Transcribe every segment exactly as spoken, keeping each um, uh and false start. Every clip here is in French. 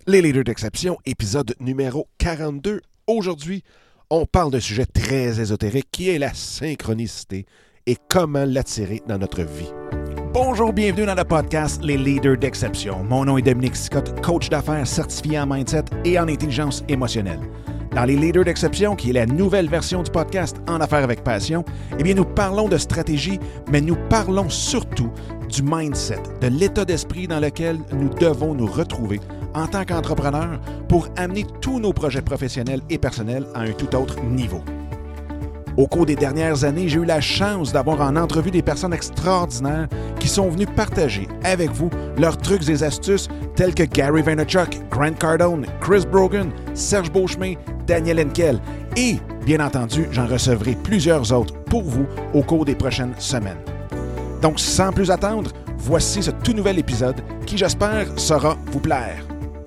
Les leaders d'exception, épisode numéro quarante-deux. Aujourd'hui, on parle d'un sujet très ésotérique qui est la synchronicité et comment l'attirer dans notre vie. Bonjour, bienvenue dans le podcast Les leaders d'exception. Mon nom est Dominique Sicotte, coach d'affaires certifié en mindset et en intelligence émotionnelle. Dans Les leaders d'exception, qui est la nouvelle version du podcast En affaires avec passion, eh bien nous parlons de stratégie, mais nous parlons surtout du mindset, de l'état d'esprit dans lequel nous devons nous retrouver en tant qu'entrepreneurs pour amener tous nos projets professionnels et personnels à un tout autre niveau. Au cours des dernières années, j'ai eu la chance d'avoir en entrevue des personnes extraordinaires qui sont venues partager avec vous leurs trucs et astuces tels que Gary Vaynerchuk, Grant Cardone, Chris Brogan, Serge Beauchemin, Daniel Henkel et, bien entendu, j'en recevrai plusieurs autres pour vous au cours des prochaines semaines. Donc, sans plus attendre, voici ce tout nouvel épisode qui, j'espère, saura vous plaire.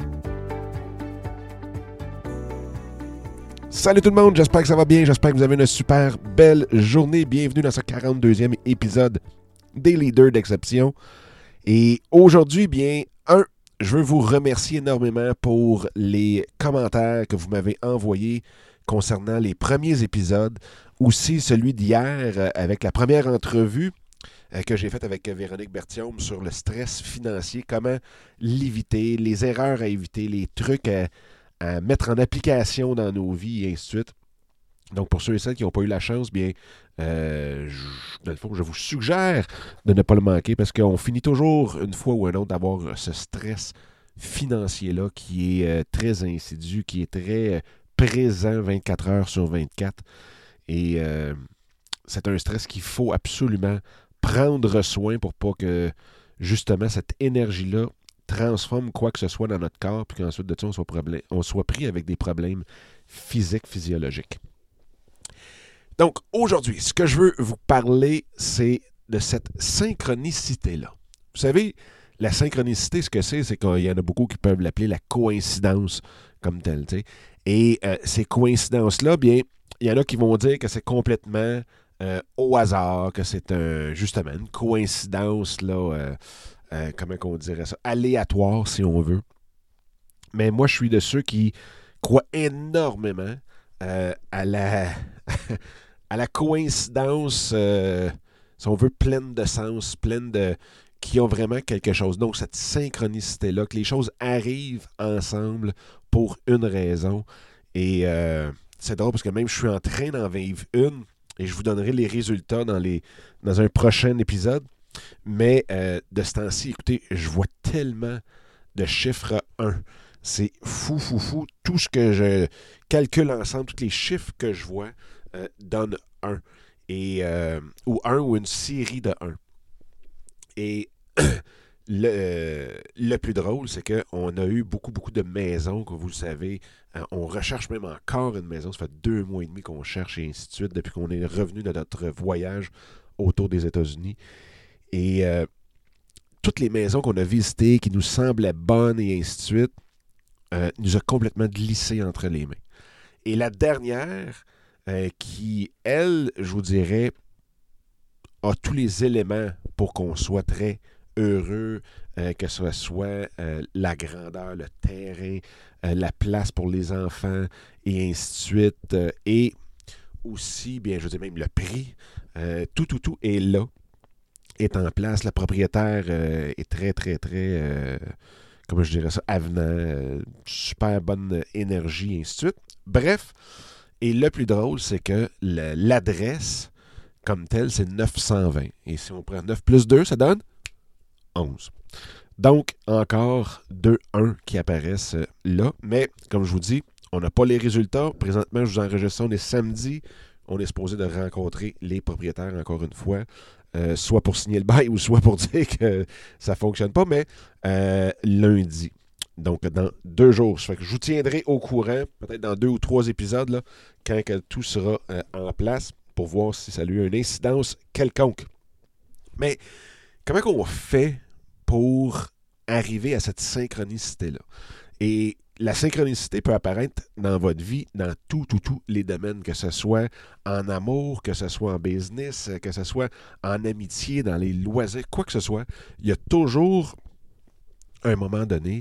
Salut tout le monde, j'espère que ça va bien, j'espère que vous avez une super belle journée. Bienvenue dans ce quarante-deuxième épisode des leaders d'exception. Et aujourd'hui, bien, un, je veux vous remercier énormément pour les commentaires que vous m'avez envoyés concernant les premiers épisodes. Aussi celui d'hier avec la première entrevue que j'ai faite avec Véronique Berthiaume sur le stress financier, comment l'éviter, les erreurs à éviter, les trucs à... à mettre en application dans nos vies et ainsi de suite. Donc, pour ceux et celles qui n'ont pas eu la chance, bien, euh, je, dans le fond, je vous suggère de ne pas le manquer parce qu'on finit toujours, une fois ou une autre, d'avoir ce stress financier-là qui est euh, très insidieux, qui est très euh, présent vingt-quatre heures sur vingt-quatre. Et euh, c'est un stress qu'il faut absolument prendre soin pour pas que, justement, cette énergie-là transforme quoi que ce soit dans notre corps, puis qu'ensuite de ça, on soit, problème, on soit pris avec des problèmes physiques, physiologiques. Donc, aujourd'hui, ce que je veux vous parler, c'est de cette synchronicité-là. Vous savez, la synchronicité, ce que c'est, c'est qu'il y en a beaucoup qui peuvent l'appeler la coïncidence comme telle. T'sais. Et euh, ces coïncidences-là, bien, il y en a qui vont dire que c'est complètement euh, au hasard, que c'est un, justement une coïncidence, là, euh, Euh, comment on dirait ça, aléatoire si on veut. Mais moi, je suis de ceux qui croient énormément euh, à la à la coïncidence, euh, si on veut, pleine de sens, pleine de... qui ont vraiment quelque chose. Donc, cette synchronicité-là, que les choses arrivent ensemble pour une raison. Et euh, c'est drôle parce que même je suis en train d'en vivre une et je vous donnerai les résultats dans, les, dans un prochain épisode. Mais euh, de ce temps-ci, écoutez, je vois tellement de chiffres un. C'est fou, fou, fou. Tout ce que je calcule ensemble, tous les chiffres que je vois, euh, donnent un. Et, euh, ou un ou une série de un. Et le, euh, le plus drôle, c'est qu'on a eu beaucoup, beaucoup de maisons, comme vous le savez. Euh, on recherche même encore une maison. Ça fait deux mois et demi qu'on cherche et ainsi de suite, depuis qu'on est revenu de notre voyage autour des États-Unis. Et euh, toutes les maisons qu'on a visitées, qui nous semblaient bonnes et ainsi de suite, euh, nous a complètement glissé entre les mains. Et la dernière, euh, qui, elle, je vous dirais, a tous les éléments pour qu'on soit très heureux, euh, que ce soit euh, la grandeur, le terrain, euh, la place pour les enfants et ainsi de suite. Euh, et aussi, bien, je veux dire, même le prix, euh, tout, tout, tout est là. Est en place. Le propriétaire euh, est très, très, très, euh, comment je dirais ça, avenant, euh, super bonne énergie, et ainsi de suite. Bref, et le plus drôle, c'est que le, l'adresse, comme telle, c'est neuf cent vingt. Et si on prend neuf plus deux, ça donne onze. Donc, encore deux un qui apparaissent là. Mais, comme je vous dis, on n'a pas les résultats. Présentement, je vous enregistre ça, on est samedi. On est supposé de rencontrer les propriétaires, encore une fois. Euh, soit pour signer le bail ou soit pour dire que ça ne fonctionne pas, mais euh, lundi. Donc, dans deux jours. Ça fait que je vous tiendrai au courant, peut-être dans deux ou trois épisodes, là, quand que tout sera euh, en place, pour voir si ça a eu une incidence quelconque. Mais, comment on fait pour arriver à cette synchronicité-là? Et la synchronicité peut apparaître dans votre vie, dans tous, tous, tous les domaines, que ce soit en amour, que ce soit en business, que ce soit en amitié, dans les loisirs, quoi que ce soit. Il y a toujours, à un moment donné,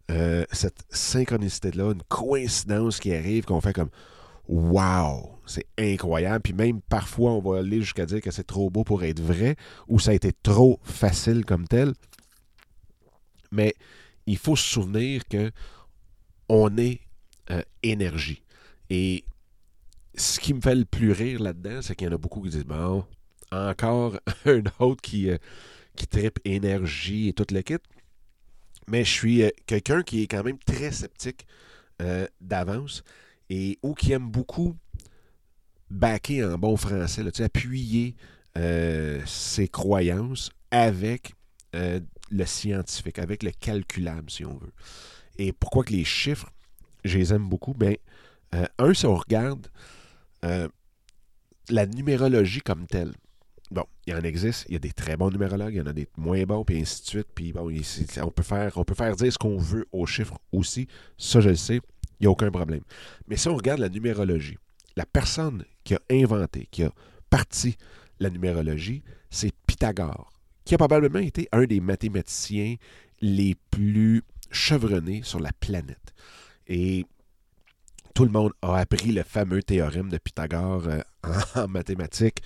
euh, cette synchronicité-là, une coïncidence qui arrive, qu'on fait comme « Wow! » C'est incroyable. Puis même parfois, on va aller jusqu'à dire que c'est trop beau pour être vrai ou ça a été trop facile comme tel. Mais il faut se souvenir que on est euh, énergie. Et ce qui me fait le plus rire là-dedans, c'est qu'il y en a beaucoup qui disent « Bon, encore un autre qui, euh, qui trippe énergie et tout le kit. » Mais je suis euh, quelqu'un qui est quand même très sceptique euh, d'avance et ou qui aime beaucoup backer en bon français, là, tu sais, appuyer euh, ses croyances avec euh, le scientifique, avec le calculable, si on veut. Et pourquoi que les chiffres, je les aime beaucoup? Bien, euh, un, si on regarde euh, la numérologie comme telle, bon, il y en existe, il y a des très bons numérologues, il y en a des moins bons, puis ainsi de suite, puis bon, on peut faire, on peut faire dire ce qu'on veut aux chiffres aussi, ça je le sais, il n'y a aucun problème. Mais si on regarde la numérologie, la personne qui a inventé, qui a parti la numérologie, c'est Pythagore, qui a probablement été un des mathématiciens les plus chevronnés sur la planète. Et tout le monde a appris le fameux théorème de Pythagore euh, en, en mathématiques.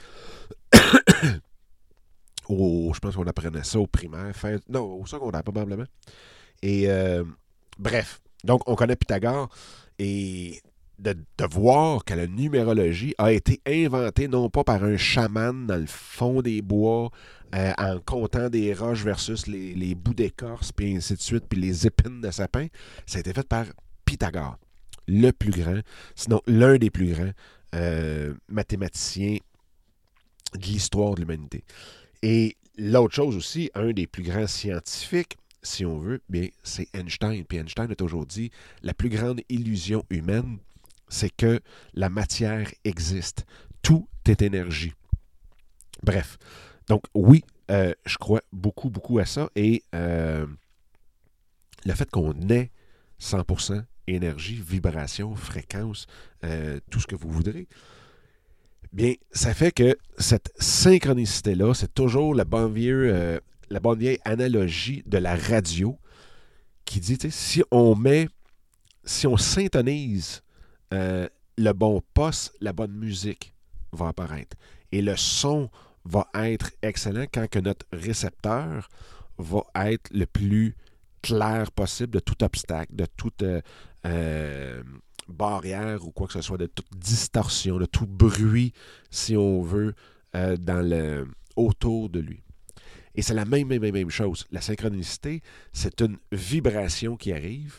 au, je pense qu'on apprenait ça au primaire, fin, non, au secondaire probablement. Et euh, bref, donc on connaît Pythagore et de, de voir que la numérologie a été inventée non pas par un chaman dans le fond des bois euh, en comptant des roches versus les, les bouts d'écorce, puis ainsi de suite, puis les épines de sapin, ça a été fait par Pythagore, le plus grand, sinon l'un des plus grands euh, mathématiciens de l'histoire de l'humanité. Et l'autre chose aussi, un des plus grands scientifiques, si on veut, bien, c'est Einstein. Puis Einstein a toujours dit, la plus grande illusion humaine, c'est que la matière existe. Tout est énergie. Bref. Donc, oui, euh, je crois beaucoup, beaucoup à ça. Et euh, le fait qu'on ait cent pour cent énergie, vibration, fréquence, euh, tout ce que vous voudrez, bien, ça fait que cette synchronicité-là, c'est toujours la bonne vieille, euh, la bonne vieille analogie de la radio qui dit, tu sais, si on met, si on syntonise euh, le bon poste, la bonne musique va apparaître. Et le son va être excellent quand que notre récepteur va être le plus clair possible de tout obstacle, de toute euh, euh, barrière ou quoi que ce soit, de toute distorsion, de tout bruit, si on veut, euh, dans le, autour de lui. Et c'est la même, même, même chose. La synchronicité, c'est une vibration qui arrive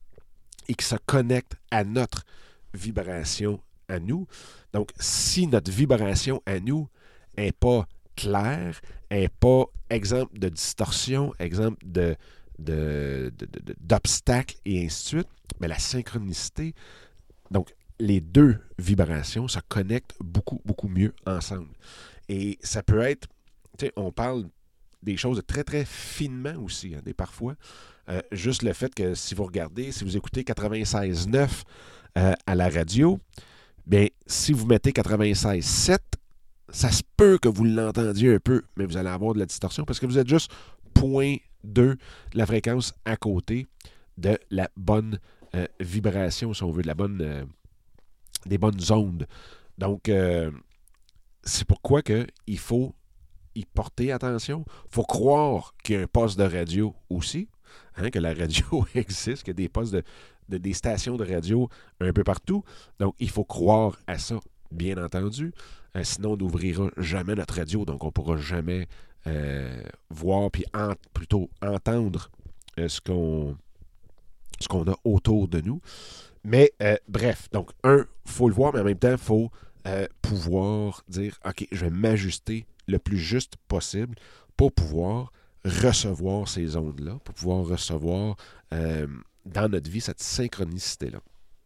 et qui se connecte à notre vibration à nous. Donc, si notre vibration à nous n'est pas claire, n'est pas exemple de distorsion, exemple de, de, de, de, d'obstacles et ainsi de suite, mais la synchronicité, donc les deux vibrations se connectent beaucoup, beaucoup mieux ensemble. Et ça peut être, tu sais, on parle des choses très, très finement aussi, hein, des parfois. Euh, juste le fait que si vous regardez, si vous écoutez quatre-vingt-seize neuf euh, à la radio, bien, si vous mettez quatre-vingt-seize sept, ça se peut que vous l'entendiez un peu, mais vous allez avoir de la distorsion parce que vous êtes juste zéro virgule deux de la fréquence à côté de la bonne euh, vibration, si on veut, de la bonne, euh, des bonnes ondes. Donc, euh, c'est pourquoi que il faut y porter attention. Il faut croire qu'il y a un poste de radio aussi, hein, que la radio existe, qu'il y a des postes de, de des stations de radio un peu partout. Donc, il faut croire à ça, bien entendu. Euh, sinon, on n'ouvrira jamais notre radio, donc on ne pourra jamais euh, voir puis en, plutôt entendre euh, ce qu'on ce qu'on a autour de nous. Mais euh, bref, donc un, il faut le voir, mais en même temps, il faut euh, pouvoir dire, OK, je vais m'ajuster le plus juste possible pour pouvoir recevoir ces ondes-là, pour pouvoir recevoir euh, dans notre vie cette synchronicité-là.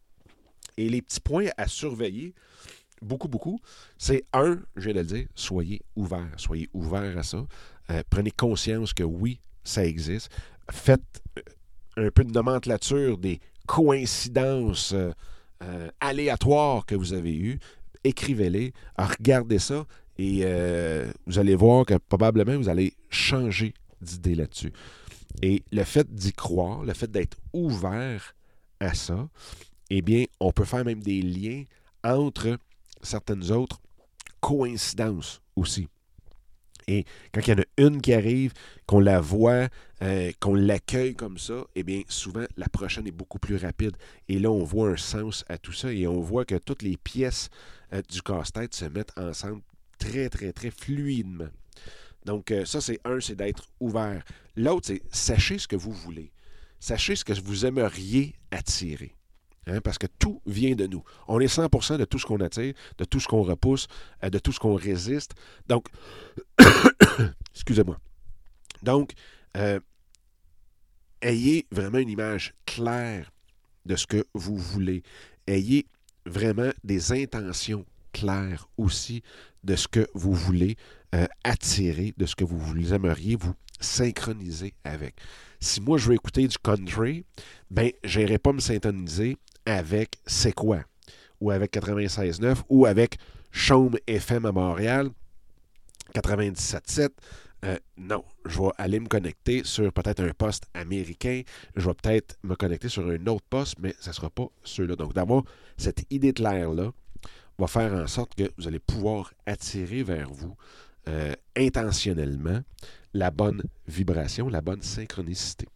Et les petits points à surveiller, beaucoup, beaucoup, c'est un, je viens de le dire, soyez ouverts. Soyez ouverts à ça. Euh, prenez conscience que oui, ça existe. Faites un peu de nomenclature des coïncidences euh, euh, aléatoires que vous avez eues. Écrivez-les, regardez ça et euh, vous allez voir que probablement vous allez changer d'idée là-dessus. Et le fait d'y croire, le fait d'être ouvert à ça, eh bien, on peut faire même des liens entre certaines autres coïncidences aussi. Et quand il y en a une qui arrive, qu'on la voit, euh, qu'on l'accueille comme ça, eh bien, souvent, la prochaine est beaucoup plus rapide. Et là, on voit un sens à tout ça et on voit que toutes les pièces euh, du casse-tête se mettent ensemble très, très, très fluidement. Donc, euh, ça, c'est un, c'est d'être ouvert. L'autre, c'est sachez ce que vous voulez. Sachez ce que vous aimeriez attirer. Hein, parce que tout vient de nous. On est cent pour cent de tout ce qu'on attire, de tout ce qu'on repousse, euh, de tout ce qu'on résiste. Donc, excusez-moi. Donc, euh, ayez vraiment une image claire de ce que vous voulez. Ayez vraiment des intentions claires aussi de ce que vous voulez euh, attirer, de ce que vous, vous aimeriez vous synchroniser avec. Si moi, je veux écouter du country, ben, je n'irai pas me syntoniser avec C'est quoi? Ou avec quatre-vingt-seize neuf, ou avec Chaume F M à Montréal, quatre-vingt-dix-sept sept. Euh, non, je vais aller me connecter sur peut-être un poste américain. Je vais peut-être me connecter sur un autre poste, mais ce ne sera pas ceux-là. Donc, d'avoir cette idée claire-là va faire en sorte que vous allez pouvoir attirer vers vous euh, intentionnellement la bonne vibration, la bonne synchronicité.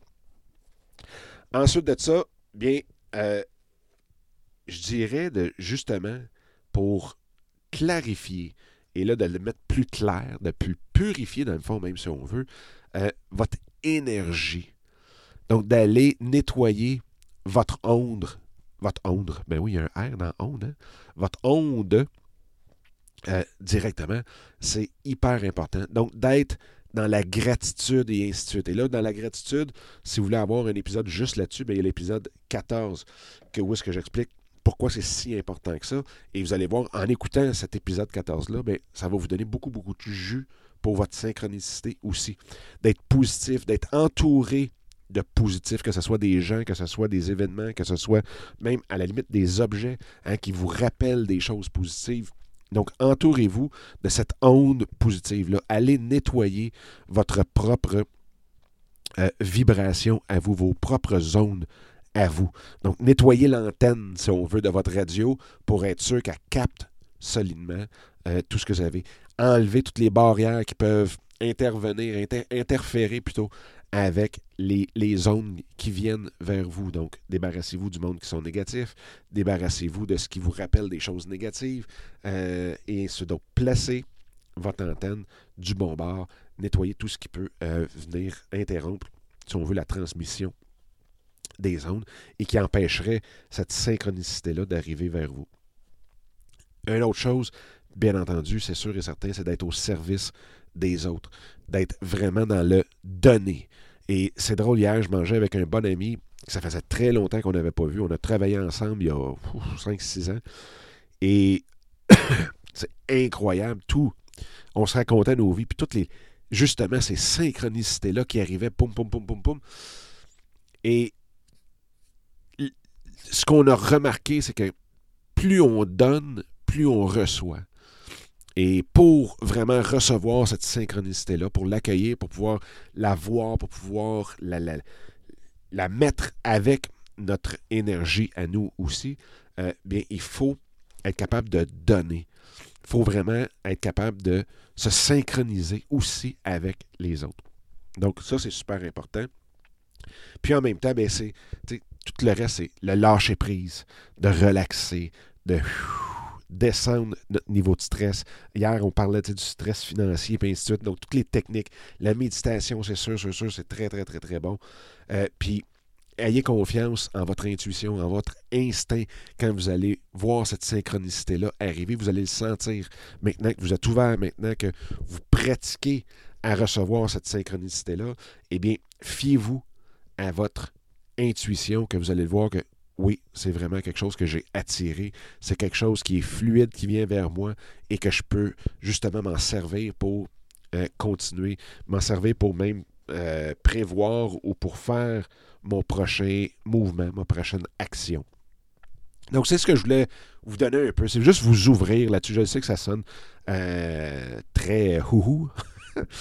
Ensuite de ça, bien, euh, je dirais de, justement, pour clarifier, et là, de le mettre plus clair, de plus purifier, dans le fond, même si on veut, euh, votre énergie. Donc, d'aller nettoyer votre onde. Votre onde. Ben oui, il y a un R dans onde. Hein? Votre onde, euh, directement, c'est hyper important. Donc, d'être dans la gratitude et ainsi de suite. Et là, dans la gratitude, si vous voulez avoir un épisode juste là-dessus, bien, il y a l'épisode quatorze, que, où est-ce que j'explique pourquoi c'est si important que ça. Et vous allez voir, en écoutant cet épisode quatorze-là, bien, ça va vous donner beaucoup, beaucoup de jus pour votre synchronicité aussi. D'être positif, d'être entouré de positif, que ce soit des gens, que ce soit des événements, que ce soit même à la limite des objets hein, qui vous rappellent des choses positives. Donc, entourez-vous de cette onde positive-là. Allez nettoyer votre propre euh, vibration à vous, vos propres ondes à vous. Donc, nettoyez l'antenne, si on veut, de votre radio pour être sûr qu'elle capte solidement euh, tout ce que vous avez. Enlevez toutes les barrières qui peuvent intervenir, inter- interférer plutôt avec les, les ondes qui viennent vers vous. Donc, débarrassez-vous du monde qui sont négatifs, débarrassez-vous de ce qui vous rappelle des choses négatives, euh, et ainsi donc placez votre antenne du bon bord, nettoyez tout ce qui peut euh, venir interrompre, si on veut, la transmission des ondes et qui empêcherait cette synchronicité-là d'arriver vers vous. Une autre chose, bien entendu, c'est sûr et certain, c'est d'être au service des autres, d'être vraiment dans le donner. Et c'est drôle, hier, je mangeais avec un bon ami, ça faisait très longtemps qu'on n'avait pas vu, on a travaillé ensemble il y a cinq six ans, et c'est incroyable, tout, on se racontait nos vies, puis toutes les, justement, ces synchronicités-là qui arrivaient, poum, poum, poum, poum, poum, et ce qu'on a remarqué, c'est que plus on donne, plus on reçoit. Et pour vraiment recevoir cette synchronicité-là, pour l'accueillir, pour pouvoir la voir, pour pouvoir la, la, la mettre avec notre énergie à nous aussi, euh, bien, il faut être capable de donner. Il faut vraiment être capable de se synchroniser aussi avec les autres. Donc, ça, c'est super important. Puis en même temps, bien, c'est, tout le reste, c'est le lâcher-prise, de relaxer, de descendre notre niveau de stress. Hier, on parlait du stress financier, et ainsi de suite. Donc, toutes les techniques, la méditation, c'est sûr, c'est sûr, c'est très, très, très, très bon. Euh, puis, ayez confiance en votre intuition, en votre instinct. Quand vous allez voir cette synchronicité-là arriver, vous allez le sentir. Maintenant que vous êtes ouvert, maintenant que vous pratiquez à recevoir cette synchronicité-là, eh bien, fiez-vous à votre intuition, que vous allez le voir que oui, c'est vraiment quelque chose que j'ai attiré. C'est quelque chose qui est fluide, qui vient vers moi et que je peux justement m'en servir pour euh, continuer, m'en servir pour même euh, prévoir ou pour faire mon prochain mouvement, ma prochaine action. Donc, c'est ce que je voulais vous donner un peu. C'est juste vous ouvrir là-dessus. Je sais que ça sonne euh, très houhou.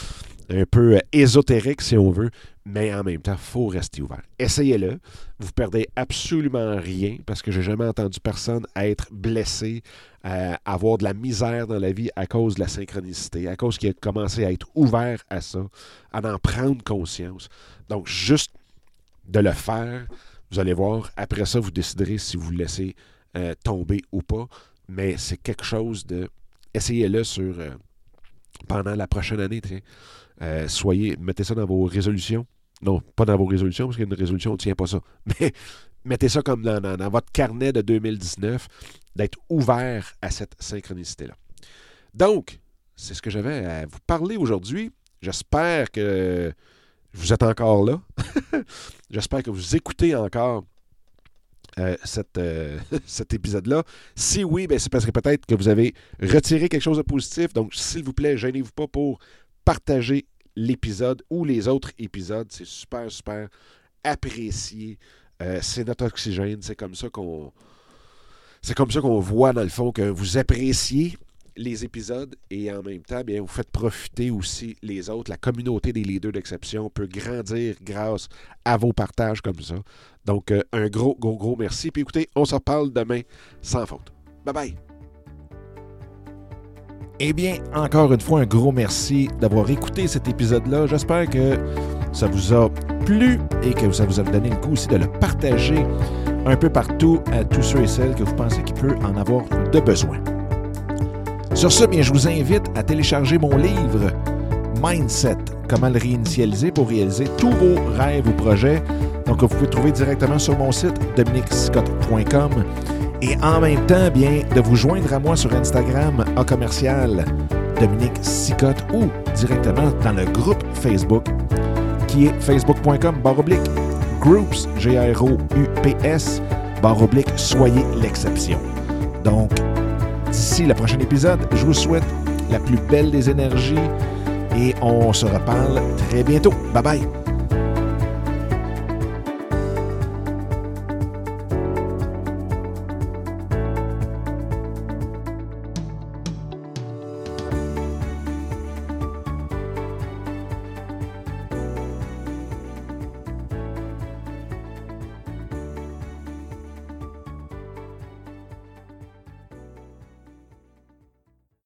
un peu euh, ésotérique, si on veut, mais en même temps, il faut rester ouvert. Essayez-le. Vous ne perdez absolument rien parce que je n'ai jamais entendu personne être blessé, euh, avoir de la misère dans la vie à cause de la synchronicité, à cause qu'il a commencé à être ouvert à ça, à en prendre conscience. Donc, juste de le faire, vous allez voir, après ça, vous déciderez si vous le laissez euh, tomber ou pas, mais c'est quelque chose de... Essayez-le sur... Euh, pendant la prochaine année, tiens. Euh, soyez, mettez ça dans vos résolutions. Non, pas dans vos résolutions, parce qu'une résolution, on ne tient pas ça. Mais mettez ça comme dans, dans, dans votre carnet de deux mille dix-neuf, d'être ouvert à cette synchronicité-là. Donc, c'est ce que j'avais à vous parler aujourd'hui. J'espère que vous êtes encore là. J'espère que vous écoutez encore euh, cette, euh, cet épisode-là. Si oui, ben, c'est parce que peut-être que vous avez retiré quelque chose de positif. Donc, s'il vous plaît, gênez-vous pas pour partager l'épisode ou les autres épisodes. C'est super, super apprécié. Euh, c'est notre oxygène. C'est comme ça qu'on... C'est comme ça qu'on voit, dans le fond, que vous appréciez les épisodes et en même temps, bien, vous faites profiter aussi les autres. La communauté des leaders d'exception peut grandir grâce à vos partages comme ça. Donc, euh, un gros, gros, gros merci. Puis écoutez, on se reparle demain sans faute. Bye bye! Eh bien, encore une fois, un gros merci d'avoir écouté cet épisode-là. J'espère que ça vous a plu et que ça vous a donné le coup aussi de le partager un peu partout à tous ceux et celles que vous pensez qu'il peut en avoir de besoin. Sur ce, bien, je vous invite à télécharger mon livre Mindset, comment le réinitialiser pour réaliser tous vos rêves ou projets. Donc, vous pouvez le trouver directement sur mon site dominique sicotte point com. Et en même temps, bien, de vous joindre à moi sur Instagram, à commercial Dominique Sicotte ou directement dans le groupe Facebook qui est facebook point com barre oblique groups, G R O U P S, barre oblique, soyez l'exception. Donc, d'ici le prochain épisode, je vous souhaite la plus belle des énergies et on se reparle très bientôt. Bye bye!